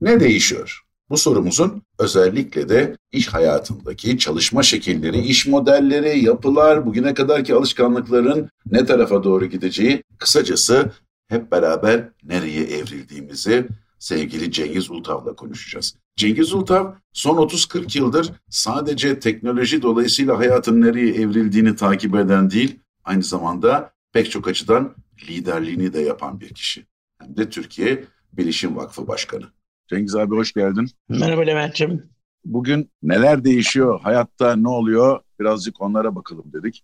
ne değişiyor? Bu sorumuzun özellikle de iş hayatındaki çalışma şekilleri, iş modelleri, yapılar, bugüne kadarki alışkanlıkların ne tarafa doğru gideceği, kısacası hep beraber nereye evrildiğimizi sevgili Cengiz Ultav'la konuşacağız. Cengiz Ultav son 30-40 yıldır sadece teknoloji dolayısıyla hayatın nereye evrildiğini takip eden değil, aynı zamanda pek çok açıdan liderliğini de yapan bir kişi. Hem de Türkiye Bilişim Vakfı Başkanı. Cengiz abi hoş geldin. Merhaba Levent'ciğim. Bugün neler değişiyor, hayatta ne oluyor birazcık onlara bakalım dedik.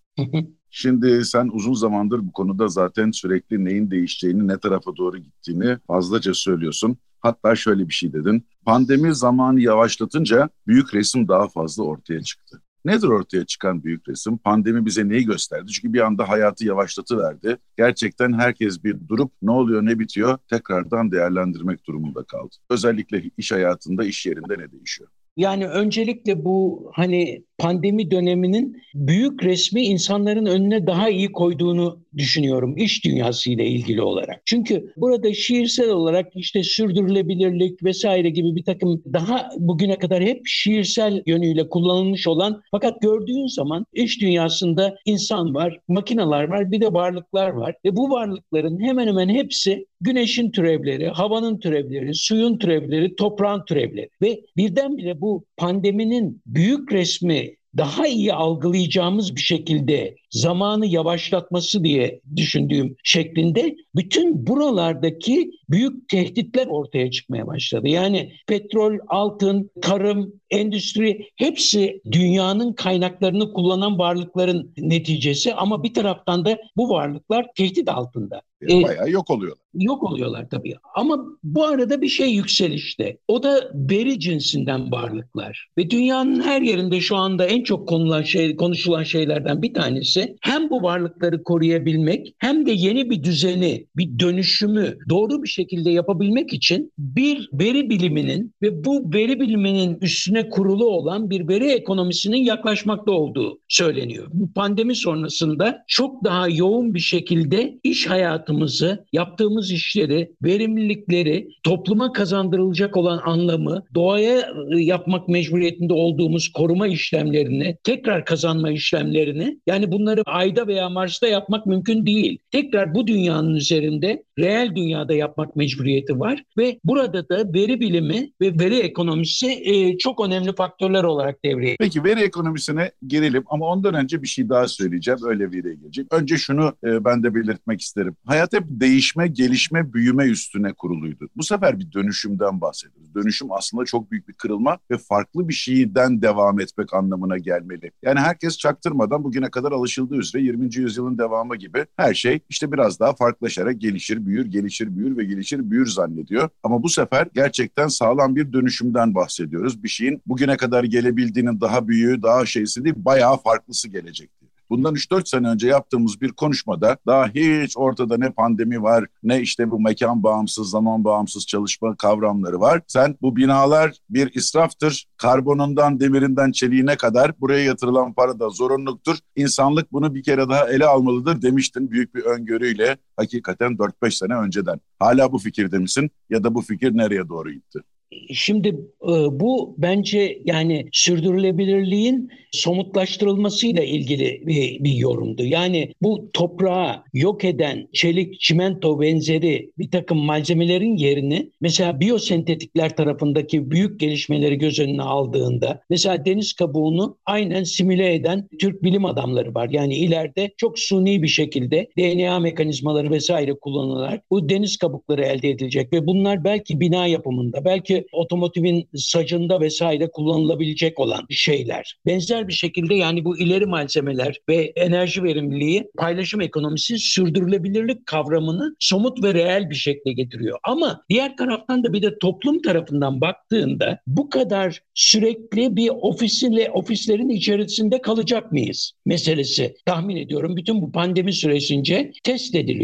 Şimdi sen uzun zamandır bu konuda zaten sürekli neyin değişeceğini, ne tarafa doğru gittiğini fazlaca söylüyorsun. Hatta şöyle bir şey dedin, pandemi zamanı yavaşlatınca büyük resim daha fazla ortaya çıktı. Nedir ortaya çıkan büyük resim? Pandemi bize neyi gösterdi? Çünkü bir anda hayatı yavaşlatıverdi. Gerçekten herkes bir durup ne oluyor ne bitiyor tekrardan değerlendirmek durumunda kaldı. Özellikle iş hayatında, iş yerinde ne değişiyor? Yani öncelikle bu pandemi döneminin büyük resmi insanların önüne daha iyi koyduğunu düşünüyorum iş dünyasıyla ilgili olarak. Çünkü burada şiirsel olarak sürdürülebilirlik vesaire gibi bir takım daha bugüne kadar hep şiirsel yönüyle kullanılmış olan fakat gördüğün zaman iş dünyasında insan var, makineler var, bir de varlıklar var. Ve bu varlıkların hemen hemen hepsi güneşin türevleri, havanın türevleri, suyun türevleri, toprağın türevleri ve birdenbire bu pandeminin büyük resmi daha iyi algılayacağımız bir şekilde zamanı yavaşlatması diye düşündüğüm şeklinde bütün buralardaki büyük tehditler ortaya çıkmaya başladı. Yani petrol, altın, tarım, endüstri hepsi dünyanın kaynaklarını kullanan varlıkların neticesi ama bir taraftan da bu varlıklar tehdit altında. Bayağı yok oluyorlar. Yok oluyorlar tabii. Ama bu arada bir şey yükselişte. O da veri cinsinden varlıklar. Ve dünyanın her yerinde şu anda en çok konuşulan şeylerden bir tanesi hem bu varlıkları koruyabilmek hem de yeni bir düzeni, bir dönüşümü doğru bir şekilde yapabilmek için bir veri biliminin ve bu veri biliminin üstüne kurulu olan bir veri ekonomisinin yaklaşmakta olduğu söyleniyor. Bu pandemi sonrasında çok daha yoğun bir şekilde iş hayatımızı, yaptığımız işleri, verimlilikleri, topluma kazandırılacak olan anlamı, doğaya yapmak mecburiyetinde olduğumuz koruma işlemlerini, tekrar kazanma işlemlerini, yani bunları Ay'da veya Mars'ta yapmak mümkün değil. Tekrar bu dünyanın üzerinde, reel dünyada yapmak mecburiyeti var ve burada da veri bilimi ve veri ekonomisi çok önemli faktörler olarak devreye. Peki veri ekonomisine girelim ama ondan önce bir şey daha söyleyeceğim. Öyle veriye geleceğim. Önce şunu ben de belirtmek isterim. Hayat hep değişme, gelişme, büyüme üstüne kuruluydu. Bu sefer bir dönüşümden bahsediyoruz. Dönüşüm aslında çok büyük bir kırılma ve farklı bir şeyden devam etmek anlamına gelmeli. Yani herkes çaktırmadan bugüne kadar alışıldığı üzere 20. yüzyılın devamı gibi her şey biraz daha farklılaşarak gelişir, büyür, gelişir, büyür ve gelişir, büyür zannediyor. Ama bu sefer gerçekten sağlam bir dönüşümden bahsediyoruz. Bir şeyin bugüne kadar gelebildiğinin daha büyüğü, daha şeysi değil, bayağı farklısı gelecek. Bundan 3-4 sene önce yaptığımız bir konuşmada daha hiç ortada ne pandemi var, ne bu mekan bağımsız, zaman bağımsız çalışma kavramları var. Sen bu binalar bir israftır, karbonundan, demirinden, çeliğine kadar buraya yatırılan para da zorunluluktur. İnsanlık bunu bir kere daha ele almalıdır demiştin büyük bir öngörüyle hakikaten 4-5 sene önceden. Hala bu fikirde misin ya da bu fikir nereye doğru gitti? Şimdi bu bence sürdürülebilirliğin somutlaştırılmasıyla ilgili bir yorumdu. Yani bu toprağı yok eden çelik, çimento benzeri bir takım malzemelerin yerini mesela biyosentetikler tarafındaki büyük gelişmeleri göz önüne aldığında mesela deniz kabuğunu aynen simüle eden Türk bilim adamları var. Yani ileride çok suni bir şekilde DNA mekanizmaları vesaire kullanılarak bu deniz kabukları elde edilecek ve bunlar belki bina yapımında, belki otomotivin sacında vesaire kullanılabilecek olan şeyler. Benzer bir şekilde bu ileri malzemeler ve enerji verimliliği paylaşım ekonomisi sürdürülebilirlik kavramını somut ve reel bir şekilde getiriyor. Ama diğer taraftan da bir de toplum tarafından baktığında bu kadar sürekli bir ofislerin içerisinde kalacak mıyız meselesi tahmin ediyorum bütün bu pandemi süresince test ediliyor.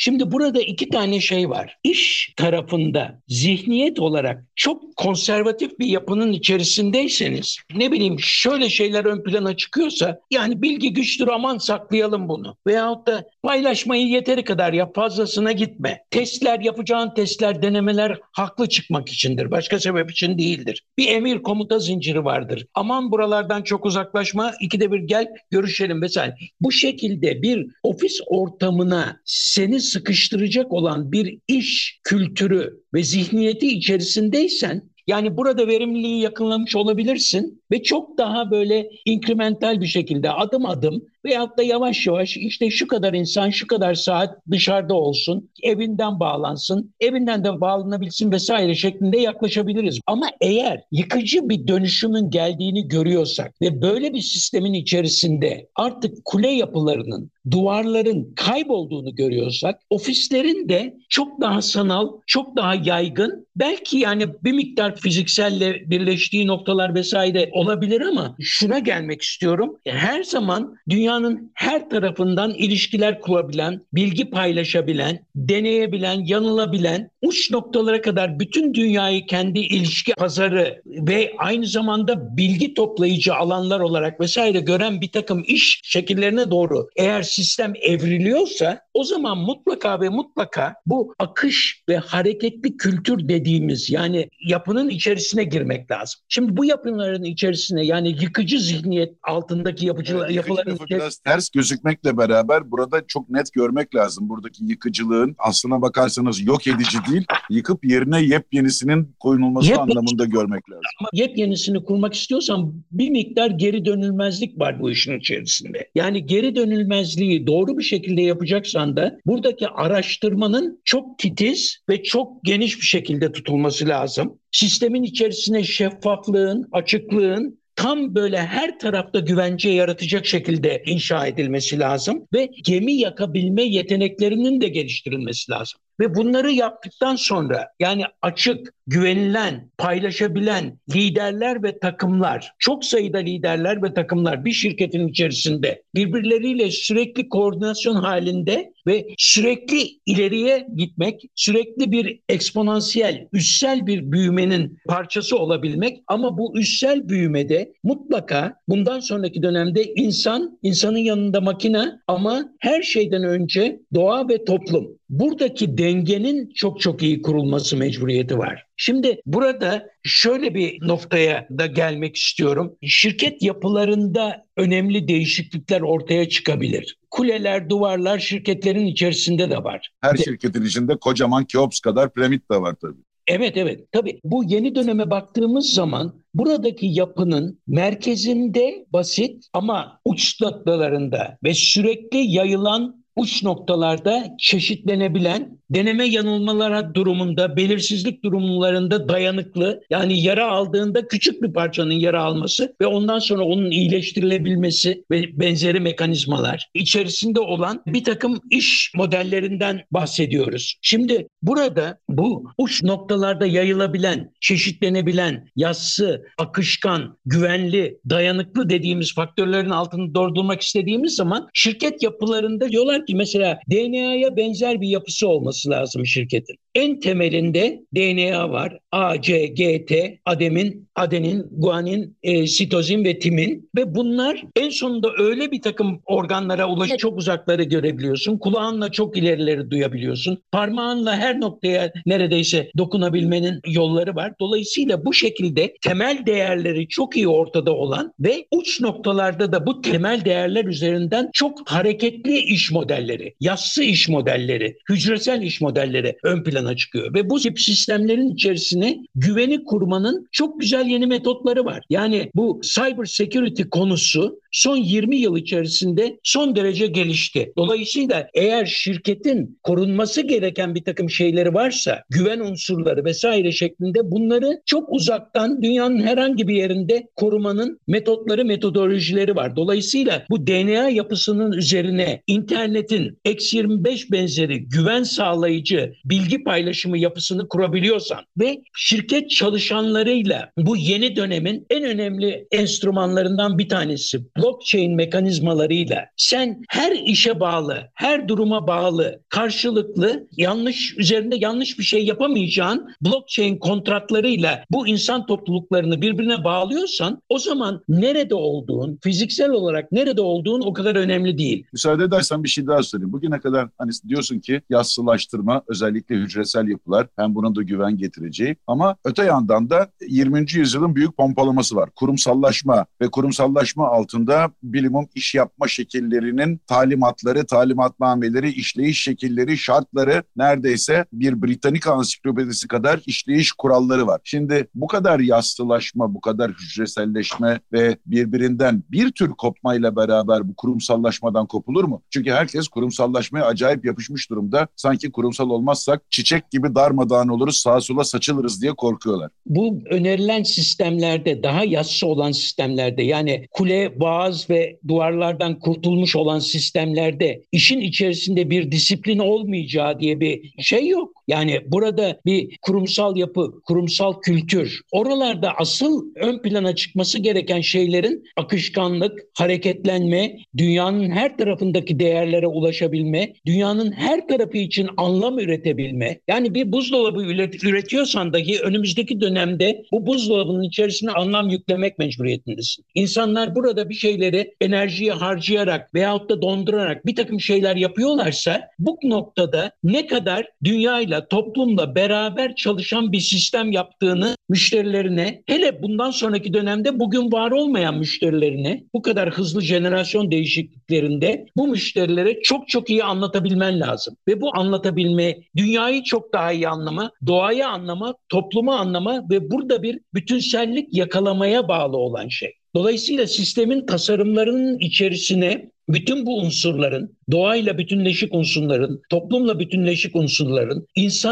Şimdi burada iki tane şey var. İş tarafında zihniyet olarak çok konservatif bir yapının içerisindeyseniz, ne bileyim şöyle şeyler ön plana çıkıyorsa, yani bilgi güçtür aman saklayalım bunu. Veyahut da paylaşmayı yeteri kadar yap, fazlasına gitme. Yapacağın testler, denemeler haklı çıkmak içindir. Başka sebep için değildir. Bir emir komuta zinciri vardır. Aman buralardan çok uzaklaşma, ikide bir gel görüşelim vesaire. Bu şekilde bir ofis ortamına seni sıkıştıracak olan bir iş kültürü ve zihniyeti içerisindeysen, yani burada verimliliği yakınlamış olabilirsin ve çok daha böyle inkremental bir şekilde adım adım veyahut da yavaş yavaş işte şu kadar insan şu kadar saat dışarıda olsun, evinden bağlansın, evinden de bağlanabilsin vesaire şeklinde yaklaşabiliriz. Ama eğer yıkıcı bir dönüşümün geldiğini görüyorsak ve böyle bir sistemin içerisinde artık kule yapılarının, duvarların kaybolduğunu görüyorsak, ofislerin de çok daha sanal, çok daha yaygın, belki yani bir miktar fizikselle birleştiği noktalar vesaire olabilir ama şuna gelmek istiyorum. Her zaman dünyanın her tarafından ilişkiler kurabilen, bilgi paylaşabilen, deneyebilen, yanılabilen, uç noktalara kadar bütün dünyayı kendi ilişki pazarı ve aynı zamanda bilgi toplayıcı alanlar olarak vesaire gören bir takım iş şekillerine doğru eğer sistem evriliyorsa, o zaman mutlaka ve mutlaka bu akış ve hareketli kültür dediğimiz yani yapının içerisine girmek lazım. Şimdi bu yapıların içerisine, yani yıkıcı zihniyet altındaki yapıların biraz ters gözükmekle beraber burada çok net görmek lazım. Buradaki yıkıcılığın aslına bakarsanız yok edici değil, yıkıp yerine yepyenisinin koyulması anlamında görmek lazım. Ama yepyenisini kurmak istiyorsan bir miktar geri dönülmezlik var bu işin içerisinde. Yani geri dönülmezliği doğru bir şekilde yapacaksan da buradaki araştırmanın çok titiz ve çok geniş bir şekilde tutulması lazım. Sistemin içerisine şeffaflığın, açıklığın tam böyle her tarafta güvence yaratacak şekilde inşa edilmesi lazım ve gemi yakabilme yeteneklerinin de geliştirilmesi lazım. Ve bunları yaptıktan sonra yani açık, güvenilen, paylaşabilen liderler ve takımlar, çok sayıda liderler ve takımlar bir şirketin içerisinde birbirleriyle sürekli koordinasyon halinde ve sürekli ileriye gitmek, sürekli bir eksponansiyel, üssel bir büyümenin parçası olabilmek, ama bu üssel büyümede mutlaka bundan sonraki dönemde insanın yanında makine, ama her şeyden önce doğa ve toplum. Buradaki dengenin çok çok iyi kurulması mecburiyeti var. Şimdi burada şöyle bir noktaya da gelmek istiyorum. Şirket yapılarında önemli değişiklikler ortaya çıkabilir. Kuleler, duvarlar şirketlerin içerisinde de var. Her şirketin içinde kocaman Keops kadar piramit de var tabii. Evet. Tabii bu yeni döneme baktığımız zaman buradaki yapının merkezinde basit ama uç noktalarında ve sürekli yayılan uç noktalarda çeşitlenebilen, deneme yanılmalara durumunda, belirsizlik durumlarında dayanıklı, yani yara aldığında küçük bir parçanın yara alması ve ondan sonra onun iyileştirilebilmesi ve benzeri mekanizmalar içerisinde olan bir takım iş modellerinden bahsediyoruz. Şimdi burada bu uç noktalarda yayılabilen, çeşitlenebilen, yassı, akışkan, güvenli, dayanıklı dediğimiz faktörlerin altını doldurmak istediğimiz zaman şirket yapılarında diyorlar ki mesela DNA'ya benzer bir yapısı olması lazım şirketin. En temelinde DNA var. A, C, G, T, adenin, guanin, sitozin ve timin ve bunlar en sonunda öyle bir takım organlara ulaşıp çok uzakları görebiliyorsun. Kulağınla çok ilerileri duyabiliyorsun. Parmağınla her noktaya neredeyse dokunabilmenin yolları var. Dolayısıyla bu şekilde temel değerleri çok iyi ortada olan ve uç noktalarda da bu temel değerler üzerinden çok hareketli iş modelleri, yassı iş modelleri, hücresel iş modelleri ön plana çıkıyor. Ve bu tip sistemlerin içerisine güveni kurmanın çok güzel yeni metotları var. Yani bu cyber security konusu son 20 yıl içerisinde son derece gelişti. Dolayısıyla eğer şirketin korunması gereken bir takım şeyleri varsa, güven unsurları vesaire şeklinde, bunları çok uzaktan dünyanın herhangi bir yerinde korumanın metotları, metodolojileri var. Dolayısıyla bu DNA yapısının üzerine internetin X25 benzeri güven sağlayıcı bilgi paylaşımı yapısını kurabiliyorsan ve şirket çalışanlarıyla bu yeni dönemin en önemli enstrümanlarından bir tanesi blockchain mekanizmalarıyla sen her işe bağlı, her duruma bağlı, karşılıklı üzerinde yanlış bir şey yapamayacağın blockchain kontratlarıyla bu insan topluluklarını birbirine bağlıyorsan o zaman nerede olduğun, fiziksel olarak nerede olduğun o kadar önemli değil. Müsaade edersen bir şey daha söyleyeyim. Bugüne kadar hani diyorsun ki yassılaştırma, özellikle hücresel yapılar hem bunun da güven getireceği, ama öte yandan da 20. yüzyılın büyük pompalaması var. Kurumsallaşma ve kurumsallaşma altında bilimum iş yapma şekillerinin talimatları, talimatnameleri, işleyiş şekilleri, şartları neredeyse bir Britannica ansiklopedisi kadar işleyiş kuralları var. Şimdi bu kadar yassılaşma, bu kadar hücreselleşme ve birbirinden bir tür kopmayla beraber bu kurumsallaşmadan kopulur mu? Çünkü herkes kurumsallaşmaya acayip yapışmış durumda. Sanki kurumsal olmazsak çiçek gibi darmadağın oluruz, sağa sola saçılırız diye korkuyorlar. Bu önerilen sistemlerde, daha yassı olan sistemlerde, yani kule, boğaz ve duvarlardan kurtulmuş olan sistemlerde işin içerisinde bir disiplin olmayacağı diye bir şey yok. Yani burada bir kurumsal yapı, kurumsal kültür, oralarda asıl ön plana çıkması gereken şeylerin akışkanlık, hareketlenme, dünyanın her tarafındaki değerlere ulaşabilme, dünyanın her tarafı için anlam üretebilme. Yani bir buzdolabı üretiyorsan dahi önümüzdeki dönemde bu buzdolabının içerisine anlam yüklemek mecburiyetindesin. İnsanlar burada bir şeyleri enerjiyi harcayarak veyahut da dondurarak bir takım şeyler yapıyorlarsa bu noktada ne kadar dünyayla, toplumla beraber çalışan bir sistem yaptığını müşterilerine, hele bundan sonraki dönemde bugün var olmayan müşterilerine, bu kadar hızlı jenerasyon değişikliklerinde bu müşterilere çok çok iyi anlatabilmen lazım. Ve bu anlatabilme, dünyayı çok daha iyi anlama, doğayı anlama, toplumu anlama ve burada bir bütünsellik yakalamaya bağlı olan şey. Dolayısıyla sistemin tasarımlarının içerisine bütün bu unsurların, doğayla bütünleşik unsurların, toplumla bütünleşik unsurların,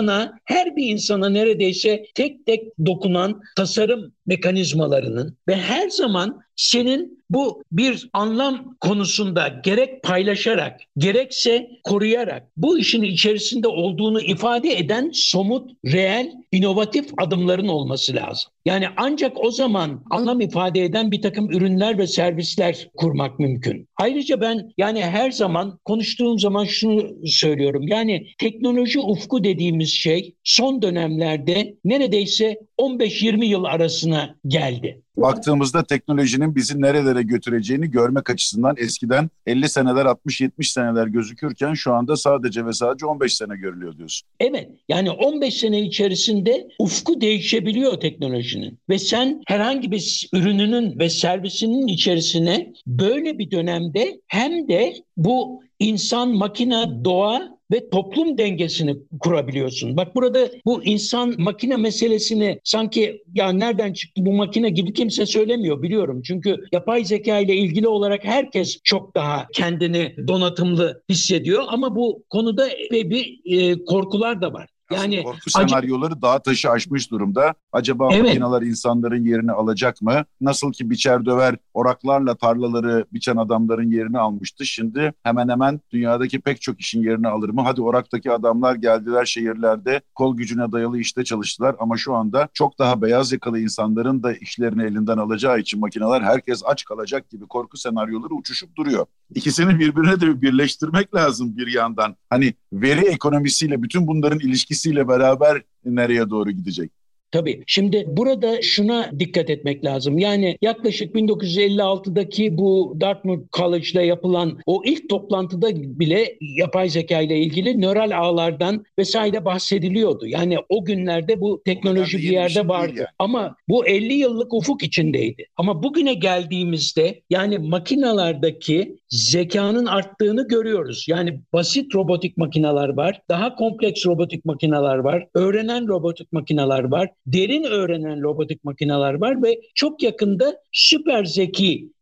her bir insana neredeyse tek tek dokunan tasarım mekanizmalarının ve her zaman senin bu bir anlam konusunda gerek paylaşarak, gerekse koruyarak bu işin içerisinde olduğunu ifade eden somut, reel, inovatif adımların olması lazım. Yani ancak o zaman anlam ifade eden bir takım ürünler ve servisler kurmak mümkün. Ayrıca ben yani her zaman konuştuğum zaman şunu söylüyorum. Yani teknoloji ufku dediğimiz şey son dönemlerde neredeyse 15-20 yıl arasına geldi. Baktığımızda teknolojinin bizi nerelere götüreceğini görmek açısından eskiden 50 seneler, 60-70 seneler gözükürken şu anda sadece ve sadece 15 sene görülüyor diyorsun. Evet, yani 15 sene içerisinde ufku değişebiliyor teknolojinin ve sen herhangi bir ürününün ve servisinin içerisine böyle bir dönemde hem de bu insan, makine, doğa ve toplum dengesini kurabiliyorsun. Bak burada bu insan makine meselesini sanki ya nereden çıktı bu makine gibi kimse söylemiyor, biliyorum. Çünkü yapay zeka ile ilgili olarak herkes çok daha kendini donatımlı hissediyor ama bu konuda bir korkular da var. Yani korku senaryoları dağ taşı aşmış durumda. Acaba makineler insanların yerini alacak mı? Nasıl ki biçer döver oraklarla tarlaları biçen adamların yerini almıştı. Şimdi hemen hemen dünyadaki pek çok işin yerini alır mı? Hadi oraktaki adamlar geldiler şehirlerde kol gücüne dayalı işte çalıştılar. Ama şu anda çok daha beyaz yakalı insanların da işlerini elinden alacağı için makineler herkes aç kalacak gibi korku senaryoları uçuşup duruyor. İkisini birbirine de birleştirmek lazım bir yandan. Hani veri ekonomisiyle bütün bunların ilişkisiyle beraber nereye doğru gidecek? Tabii. Şimdi burada şuna dikkat etmek lazım. Yani yaklaşık 1956'daki bu Dartmouth College'da yapılan o ilk toplantıda bile yapay zeka ile ilgili nöral ağlardan vesaire bahsediliyordu. Yani o günlerde bu teknoloji bir yerde vardı. Yani. Ama bu 50 yıllık ufuk içindeydi. Ama bugüne geldiğimizde yani makinalardaki zekanın arttığını görüyoruz. Yani basit robotik makineler var, daha kompleks robotik makineler var, öğrenen robotik makineler var, derin öğrenen robotik makineler var ve çok yakında süper zeki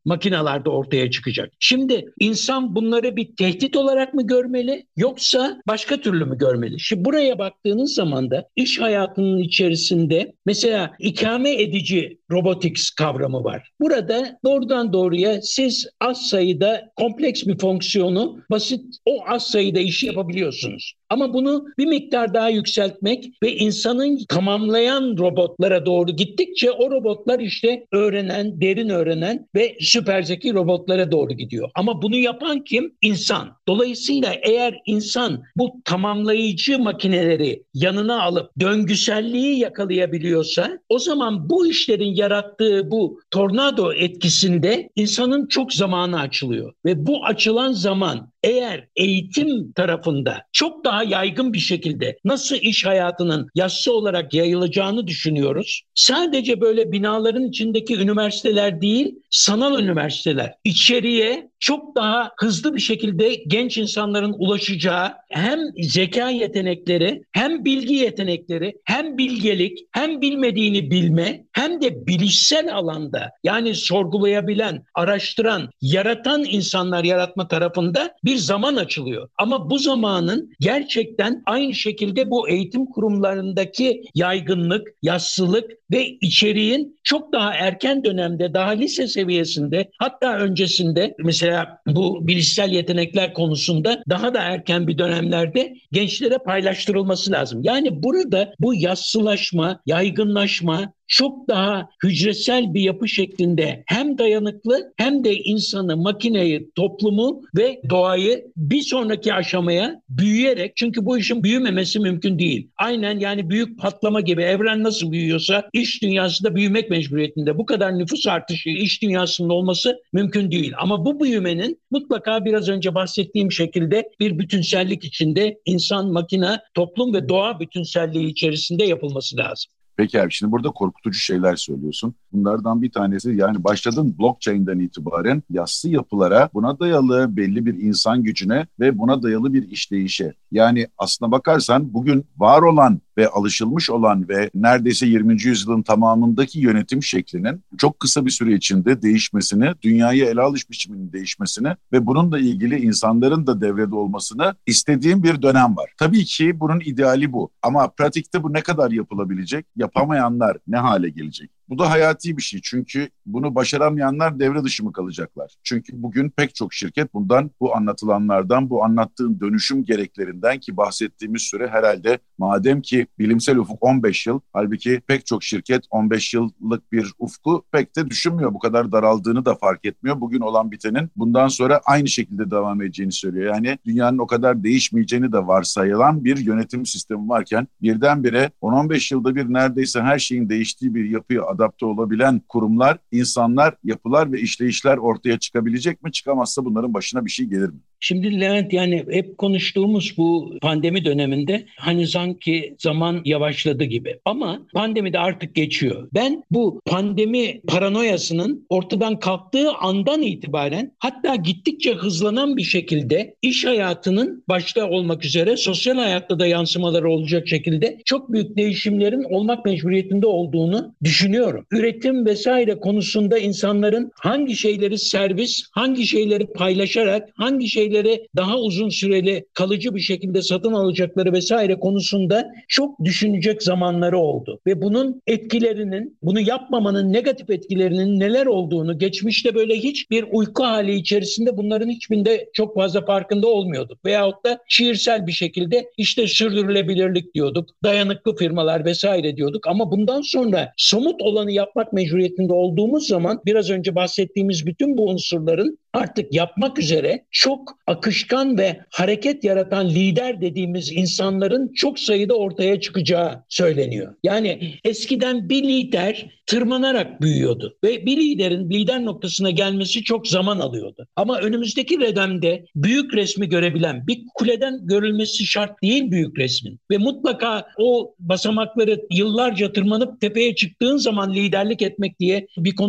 makinelerde ortaya çıkacak. Şimdi insan bunları bir tehdit olarak mı görmeli yoksa başka türlü mü görmeli? Şimdi buraya baktığınız zaman da iş hayatının içerisinde mesela ikame edici robotics kavramı var. Burada doğrudan doğruya siz az sayıda kompleks bir fonksiyonu basit o az sayıda işi yapabiliyorsunuz. Ama bunu bir miktar daha yükseltmek ve insanın tamamlayan robotlara doğru gittikçe o robotlar işte öğrenen, derin öğrenen ve süper zeki robotlara doğru gidiyor. Ama bunu yapan kim? İnsan. Dolayısıyla eğer insan bu tamamlayıcı makineleri yanına alıp döngüselliği yakalayabiliyorsa o zaman bu işlerin yarattığı bu tornado etkisinde insanın çok zamanı açılıyor. Ve bu açılan zaman eğer eğitim tarafında çok daha yaygın bir şekilde nasıl iş hayatının yassı olarak yayılacağını düşünüyoruz. Sadece böyle binaların içindeki üniversiteler değil, sanal üniversiteler içeriye çok daha hızlı bir şekilde genç insanların ulaşacağı hem zeka yetenekleri, hem bilgi yetenekleri, hem bilgelik, hem bilmediğini bilme, hem de bilişsel alanda yani sorgulayabilen, araştıran, yaratan insanlar yaratma tarafında bir zaman açılıyor. Ama bu zamanın gerçekten aynı şekilde bu eğitim kurumlarındaki yaygınlık, yassılık ve içeriğin çok daha erken dönemde, daha lise seviyesinde hatta öncesinde mesela bu bilişsel yetenekler konusunda daha da erken bir dönemlerde gençlere paylaştırılması lazım. Yani burada bu yassılaşma, yaygınlaşma çok daha hücresel bir yapı şeklinde hem dayanıklı hem de insanı, makineyi, toplumu ve doğayı bir sonraki aşamaya büyüyerek çünkü bu işin büyümemesi mümkün değil. Aynen yani büyük patlama gibi evren nasıl büyüyorsa iş dünyası da büyümek mecburiyetinde. Bu kadar nüfus artışı iş dünyasında olması mümkün değil. Ama bu büyümenin mutlaka biraz önce bahsettiğim şekilde bir bütünsellik içinde insan, makine, toplum ve doğa bütünselliği içerisinde yapılması lazım. Peki abi şimdi burada korkutucu şeyler söylüyorsun. Bunlardan bir tanesi yani başladın blockchain'den itibaren yassı yapılara, buna dayalı belli bir insan gücüne ve buna dayalı bir işleyişe. Yani aslına bakarsan bugün var olan ve alışılmış olan ve neredeyse 20. yüzyılın tamamındaki yönetim şeklinin çok kısa bir süre içinde değişmesini, dünyayı ele alış biçiminin değişmesini ve bununla ilgili insanların da devrede olmasını istediğim bir dönem var. Tabii ki bunun ideali bu ama pratikte bu ne kadar yapılabilecek? Yapamayanlar ne hale gelecek? Bu da hayati bir şey çünkü bunu başaramayanlar devre dışı mı kalacaklar? Çünkü bugün pek çok şirket bundan, bu anlatılanlardan, bu anlattığın dönüşüm gereklerinden ki bahsettiğimiz süre herhalde madem ki bilimsel ufuk 15 yıl, halbuki pek çok şirket 15 yıllık bir ufku pek de düşünmüyor. Bu kadar daraldığını da fark etmiyor. Bugün olan bitenin bundan sonra aynı şekilde devam edeceğini söylüyor. Yani dünyanın o kadar değişmeyeceğini de varsayılan bir yönetim sistemi varken birdenbire 10-15 yılda bir neredeyse her şeyin değiştiği bir yapıya adapte olabilen kurumlar, insanlar, yapılar ve işleyişler ortaya çıkabilecek mi? Çıkamazsa bunların başına bir şey gelir mi? Şimdi Levent yani hep konuştuğumuz bu pandemi döneminde hani sanki zaman yavaşladı gibi. Ama pandemi de artık geçiyor. Ben bu pandemi paranoyasının ortadan kalktığı andan itibaren hatta gittikçe hızlanan bir şekilde iş hayatının başta olmak üzere sosyal hayatta da yansımaları olacak şekilde çok büyük değişimlerin olmak mecburiyetinde olduğunu düşünüyorum. Üretim vesaire konusunda insanların hangi şeyleri servis, hangi şeyleri paylaşarak, hangi şeyleri daha uzun süreli kalıcı bir şekilde satın alacakları vesaire konusunda çok düşünecek zamanları oldu. Ve bunun etkilerinin, bunu yapmamanın negatif etkilerinin neler olduğunu geçmişte böyle hiçbir uyku hali içerisinde bunların hiçbirinde çok fazla farkında olmuyorduk. Veyahut da şiirsel bir şekilde işte sürdürülebilirlik diyorduk, dayanıklı firmalar vesaire diyorduk. Ama bundan sonra somut olanı yapmak mecburiyetinde olduğumuz zaman biraz önce bahsettiğimiz bütün bu unsurların artık yapmak üzere çok akışkan ve hareket yaratan lider dediğimiz insanların çok sayıda ortaya çıkacağı söyleniyor. Yani eskiden bir lider tırmanarak büyüyordu ve bir liderin lider noktasına gelmesi çok zaman alıyordu. Ama önümüzdeki dönemde büyük resmi görebilen, bir kuleden görülmesi şart değil büyük resmin ve mutlaka o basamakları yıllarca tırmanıp tepeye çıktığın zaman liderlik etmek diye bir konu yok.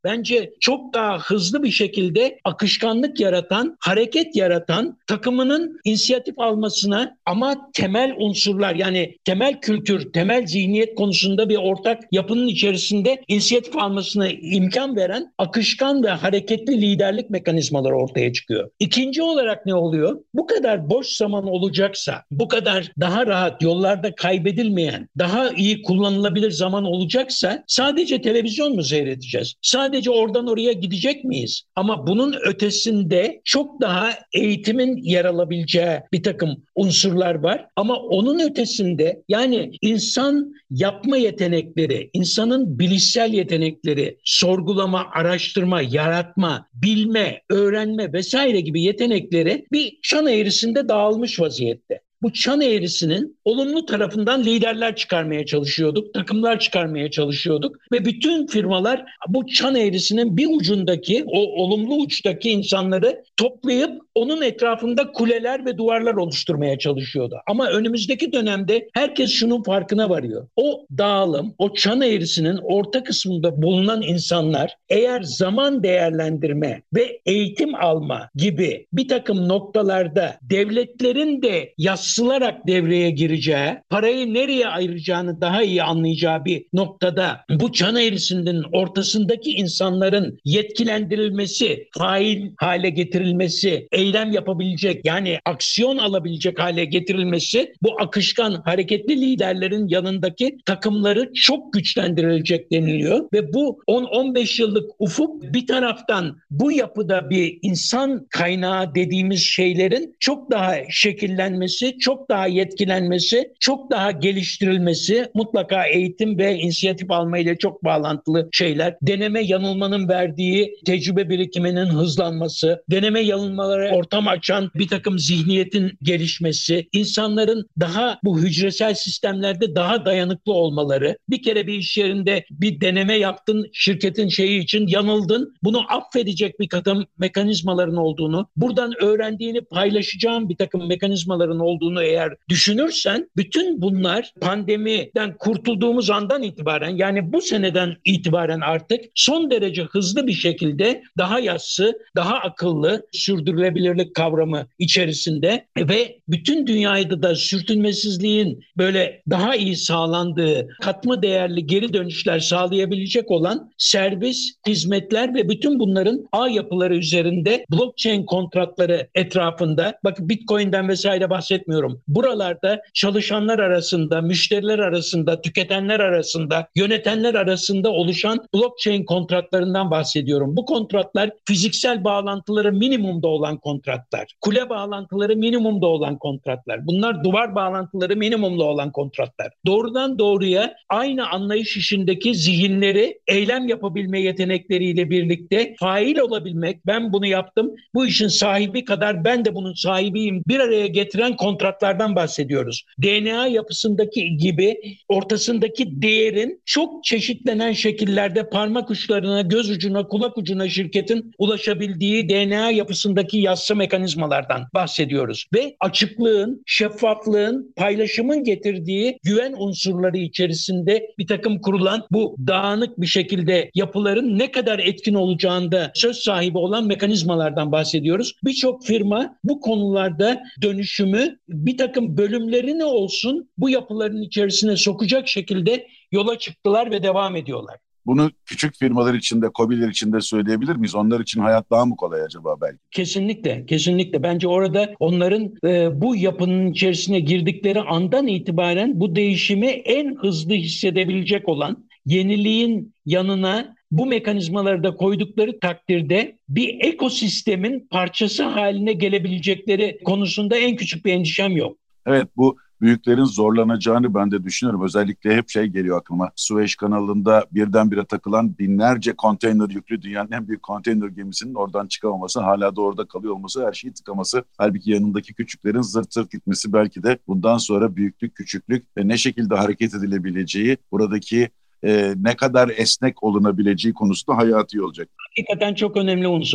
bence çok daha hızlı bir şekilde akışkanlık yaratan, hareket yaratan, takımının inisiyatif almasına ama temel unsurlar, yani temel kültür, temel zihniyet konusunda bir ortak yapının içerisinde inisiyatif almasına imkan veren akışkan ve hareketli liderlik mekanizmaları ortaya çıkıyor. İkinci olarak ne oluyor? Bu kadar boş zaman olacaksa, bu kadar daha rahat yollarda kaybedilmeyen, daha iyi kullanılabilir zaman olacaksa sadece televizyon mu seyredeceğiz? Sadece oradan oraya gidecek miyiz? Ama bunun ötesinde çok daha eğitimin yer alabileceği bir takım unsurlar var. Ama onun ötesinde, yani insan yapma yetenekleri, insanın bilişsel yetenekleri, sorgulama, araştırma, yaratma, bilme, öğrenme vesaire gibi yetenekleri bir çan eğrisinde dağılmış vaziyette. Bu çan eğrisinin olumlu tarafından liderler çıkarmaya çalışıyorduk, takımlar çıkarmaya çalışıyorduk ve bütün firmalar bu çan eğrisinin bir ucundaki, o olumlu uçtaki insanları toplayıp onun etrafında kuleler ve duvarlar oluşturmaya çalışıyordu. Ama önümüzdeki dönemde herkes şunun farkına varıyor. O dağılım, o çan eğrisinin orta kısmında bulunan insanlar eğer zaman değerlendirme ve eğitim alma gibi bir takım noktalarda devletlerin de yassılarak devreye gireceği, parayı nereye ayıracağını daha iyi anlayacağı bir noktada bu çan eğrisinin ortasındaki insanların yetkilendirilmesi, fail hale getirilmesi, eylem yapabilecek, yani aksiyon alabilecek hale getirilmesi, bu akışkan hareketli liderlerin yanındaki takımları çok güçlendirilecek deniliyor ve bu 10-15 yıllık ufuk bir taraftan bu yapıda bir insan kaynağı dediğimiz şeylerin çok daha şekillenmesi, çok daha yetkilenmesi, çok daha geliştirilmesi, mutlaka eğitim ve inisiyatif almayla çok bağlantılı şeyler. Deneme yanılmanın verdiği tecrübe birikiminin hızlanması, deneme yanılmalara ortam açan bir takım zihniyetin gelişmesi, insanların daha bu hücresel sistemlerde daha dayanıklı olmaları. Bir kere bir iş yerinde bir deneme yaptın, şirketin şeyi için yanıldın. Bunu affedecek bir takım mekanizmaların olduğunu, buradan öğrendiğini paylaşacağın bir takım mekanizmaların olduğunu eğer düşünürsen, bütün bunlar pandemiden kurtulduğumuz andan itibaren, yani bu seneden itibaren artık son derece hızlı bir şekilde daha yassı, daha akıllı sürdürülebilirlik kavramı içerisinde ve bütün dünyada da sürtünmesizliğin böyle daha iyi sağlandığı, katma değerli geri dönüşler sağlayabilecek olan servis, hizmetler ve bütün bunların ağ yapıları üzerinde blockchain kontratları etrafında, bakın Bitcoin'den vesaire bahsetmiyorum. Buralarda çalışanlar arasında, müşteriler arasında, tüketenler arasında, yönetenler arasında oluşan blockchain kontratlarından bahsediyorum. Bu kontratlar fiziksel bağlantıları minimumda olan kontratlar. Kule bağlantıları minimumda olan kontratlar. Bunlar duvar bağlantıları minimumda olan kontratlar. Doğrudan doğruya aynı anlayış işindeki zihinleri eylem yapabilme yetenekleriyle birlikte fail olabilmek, ben bunu yaptım, bu işin sahibi kadar ben de bunun sahibiyim, bir araya getiren kontratlardan bahsediyoruz. DNA yapısındaki gibi ortasındaki değerin çok çeşitlenen şekillerde parmak uçlarına, göz ucuna, kulak ucuna şirketin ulaşabildiği DNA yapısındaki yassı mekanizmalardan bahsediyoruz. Ve açıklığın, şeffaflığın, paylaşımın getirdiği güven unsurları içerisinde bir takım kurulan bu dağınık bir şekilde yapıların ne kadar etkin olacağında söz sahibi olan mekanizmalardan bahsediyoruz. Birçok firma bu konularda dönüşümü bir takım bölümlerini olsun bu yapıların içerisine sokacak şekilde yola çıktılar ve devam ediyorlar. Bunu küçük firmalar için de, KOBİ'ler için de söyleyebilir miyiz? Onlar için hayat daha mı kolay acaba belki? Kesinlikle, kesinlikle. Bence orada onların bu yapının içerisine girdikleri andan itibaren bu değişimi en hızlı hissedebilecek olan, yeniliğin yanına bu mekanizmaları da koydukları takdirde bir ekosistemin parçası haline gelebilecekleri konusunda en küçük bir endişem yok. Evet, bu büyüklerin zorlanacağını ben de düşünüyorum. Özellikle hep şey geliyor aklıma. Süveyş kanalında birdenbire takılan binlerce konteyner yüklü dünyanın en büyük konteyner gemisinin oradan çıkamaması, hala da orada kalıyor olması, her şeyi tıkaması. Halbuki yanındaki küçüklerin zırt zırt gitmesi belki de bundan sonra büyüklük, küçüklük ve ne şekilde hareket edilebileceği, buradaki ne kadar esnek olunabileceği konusunda hayati olacak. Hakikaten çok önemli unsurlar.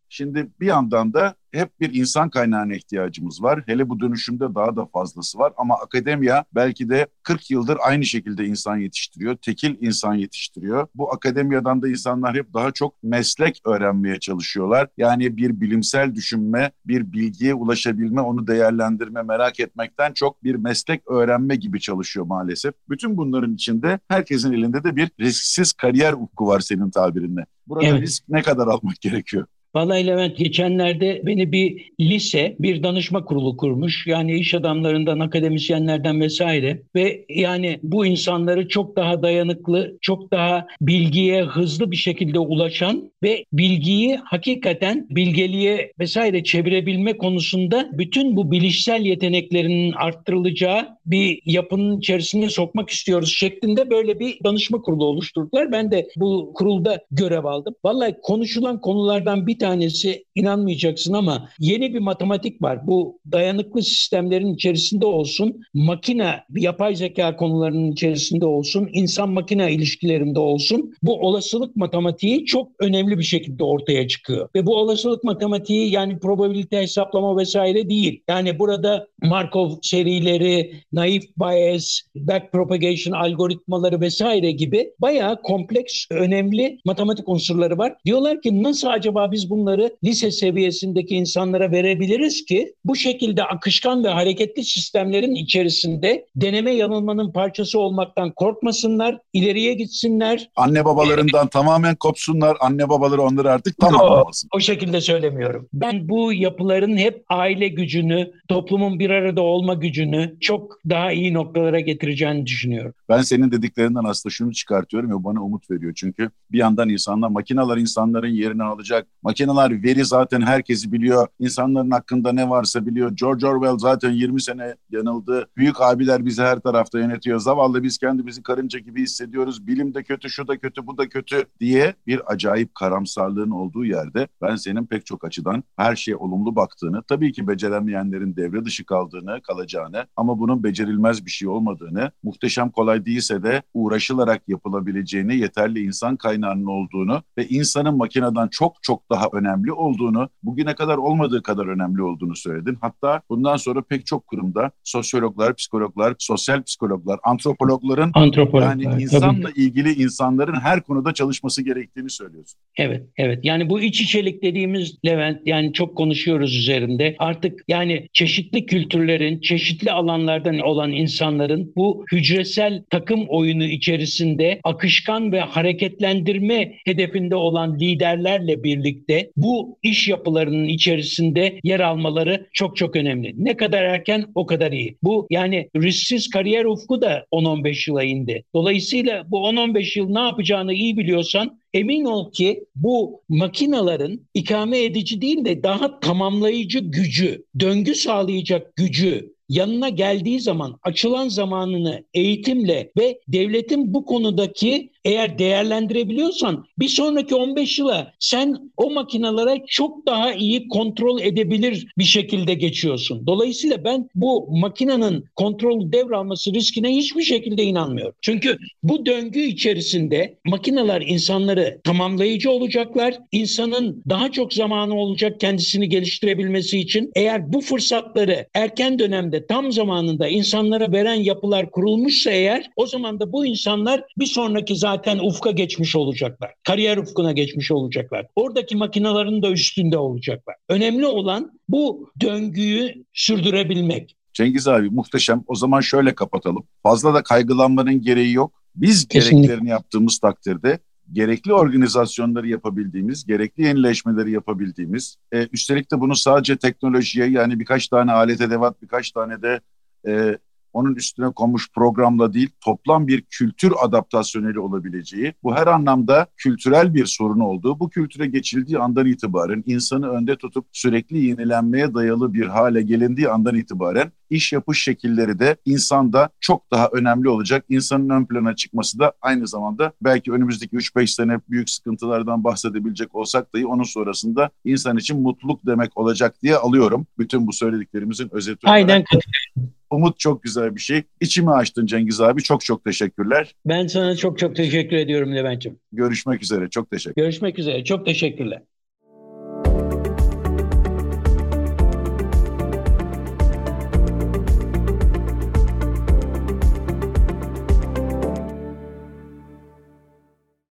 Şimdi bir yandan da hep bir insan kaynağına ihtiyacımız var. Hele bu dönüşümde daha da fazlası var. Ama akademiya belki de 40 yıldır aynı şekilde insan yetiştiriyor. Tekil insan yetiştiriyor. Bu akademiyadan da insanlar hep daha çok meslek öğrenmeye çalışıyorlar. Yani bir bilimsel düşünme, bir bilgiye ulaşabilme, onu değerlendirme, merak etmekten çok bir meslek öğrenme gibi çalışıyor maalesef. Bütün bunların içinde herkesin elinde de bir risksiz kariyer ufku var senin tabirinle. Burada Evet. risk ne kadar almak gerekiyor? Vallahi Levent, geçenlerde beni bir lise, bir danışma kurulu kurmuş. Yani iş adamlarından, akademisyenlerden vesaire. Ve yani bu insanları çok daha dayanıklı, çok daha bilgiye hızlı bir şekilde ulaşan ve bilgiyi hakikaten bilgeliğe vesaire çevirebilme konusunda bütün bu bilişsel yeteneklerinin arttırılacağı bir yapının içerisine sokmak istiyoruz şeklinde böyle bir danışma kurulu oluşturdular. Ben de bu kurulda görev aldım. Vallahi konuşulan konulardan bir tanesi, inanmayacaksın ama, yeni bir matematik var. Bu dayanıklı sistemlerin içerisinde olsun, makine, yapay zeka konularının içerisinde olsun, insan makine ilişkilerinde olsun, bu olasılık matematiği çok önemli bir şekilde ortaya çıkıyor. Ve bu olasılık matematiği yani probabilite hesaplama vesaire değil. Yani burada Markov serileri, naive Bayes, backpropagation algoritmaları vesaire gibi bayağı kompleks, önemli matematik unsurları var. Diyorlar ki nasıl acaba biz bunları lise seviyesindeki insanlara verebiliriz ki bu şekilde akışkan ve hareketli sistemlerin içerisinde deneme yanılmanın parçası olmaktan korkmasınlar, ileriye gitsinler. Anne babalarından tamamen kopsunlar. Anne babaları onları artık tam O, anlamasın. o şekilde söylemiyorum. Ben bu yapıların hep aile gücünü, toplumun bir arada olma gücünü çok daha iyi noktalara getireceğini düşünüyorum. Ben senin dediklerinden aslında şunu çıkartıyorum ve bana umut veriyor. Çünkü bir yandan makineler insanların yerini alacak. Makineler veri zaten herkesi biliyor. İnsanların hakkında ne varsa biliyor. George Orwell zaten 20 sene yanıldı. Büyük abiler bizi her tarafta yönetiyor. Zavallı biz kendimizi karınca gibi hissediyoruz. Bilim de kötü, şu da kötü, bu da kötü diye bir acayip karamsarlığın olduğu yerde ben senin pek çok açıdan her şeye olumlu baktığını, tabii ki beceremeyenlerin devre dışı kalacağını ama bunun becerilmez bir şey olmadığını, muhteşem kolay değilse de uğraşılarak yapılabileceğini, yeterli insan kaynağının olduğunu ve insanın makineden çok çok daha önemli olduğunu, bugüne kadar olmadığı kadar önemli olduğunu söyledin. Hatta bundan sonra pek çok kurumda sosyologlar, psikologlar, sosyal psikologlar, antropologların, yani Antropologlar tabii. insanla ilgili insanların her konuda çalışması gerektiğini söylüyorsun. Evet, evet. Yani bu iç içelik dediğimiz, Levent, yani çok konuşuyoruz üzerinde. Artık yani çeşitli kültürlerin, çeşitli alanlardan olan insanların bu hücresel takım oyunu içerisinde akışkan ve hareketlendirme hedefinde olan liderlerle birlikte bu iş yapılarının içerisinde yer almaları çok çok önemli. Ne kadar erken o kadar iyi. Bu yani risksiz kariyer ufku da 10-15 yıla indi. Dolayısıyla bu 10-15 yıl ne yapacağını iyi biliyorsan, emin ol ki bu makinaların ikame edici değil de daha tamamlayıcı gücü, döngü sağlayacak gücü yanına geldiği zaman açılan zamanını eğitimle ve devletin bu konudaki, eğer değerlendirebiliyorsan, bir sonraki 15 yıla sen o makinalara çok daha iyi kontrol edebilir bir şekilde geçiyorsun. Dolayısıyla ben bu makinenin kontrolü devralması riskine hiçbir şekilde inanmıyorum. Çünkü bu döngü içerisinde makineler insanları tamamlayıcı olacaklar. İnsanın daha çok zamanı olacak kendisini geliştirebilmesi için. Eğer bu fırsatları erken dönemde tam zamanında insanlara veren yapılar kurulmuşsa eğer, o zaman da bu insanlar bir sonraki zaten ufka geçmiş olacaklar. Kariyer ufkuna geçmiş olacaklar. Oradaki makinelerin de üstünde olacaklar. Önemli olan bu döngüyü sürdürebilmek. Cengiz abi muhteşem. O zaman şöyle kapatalım. Fazla da kaygılanmanın gereği yok. Biz Kesinlikle. gereklerini yaptığımız takdirde gerekli organizasyonları yapabildiğimiz, gerekli yenileşmeleri yapabildiğimiz, üstelik de bunu sadece teknolojiye, yani birkaç tane alet edevat, birkaç tane de onun üstüne konmuş programla değil, toplam bir kültür adaptasyoneli olabileceği, bu her anlamda kültürel bir sorun olduğu, bu kültüre geçildiği andan itibaren insanı önde tutup sürekli yenilenmeye dayalı bir hale gelindiği andan itibaren iş yapış şekilleri de insanda çok daha önemli olacak. İnsanın ön plana çıkması da aynı zamanda belki önümüzdeki 3-5 sene büyük sıkıntılardan bahsedebilecek olsak dahi onun sonrasında insan için mutluluk demek olacak diye alıyorum. Bütün bu söylediklerimizin özeti olarak. Aynen. Umut çok güzel bir şey. İçimi açtın Cengiz abi. Çok çok teşekkürler. Ben sana çok çok teşekkür ediyorum Levent'ciğim. Görüşmek üzere. Çok teşekkür. Görüşmek üzere. Çok teşekkürler.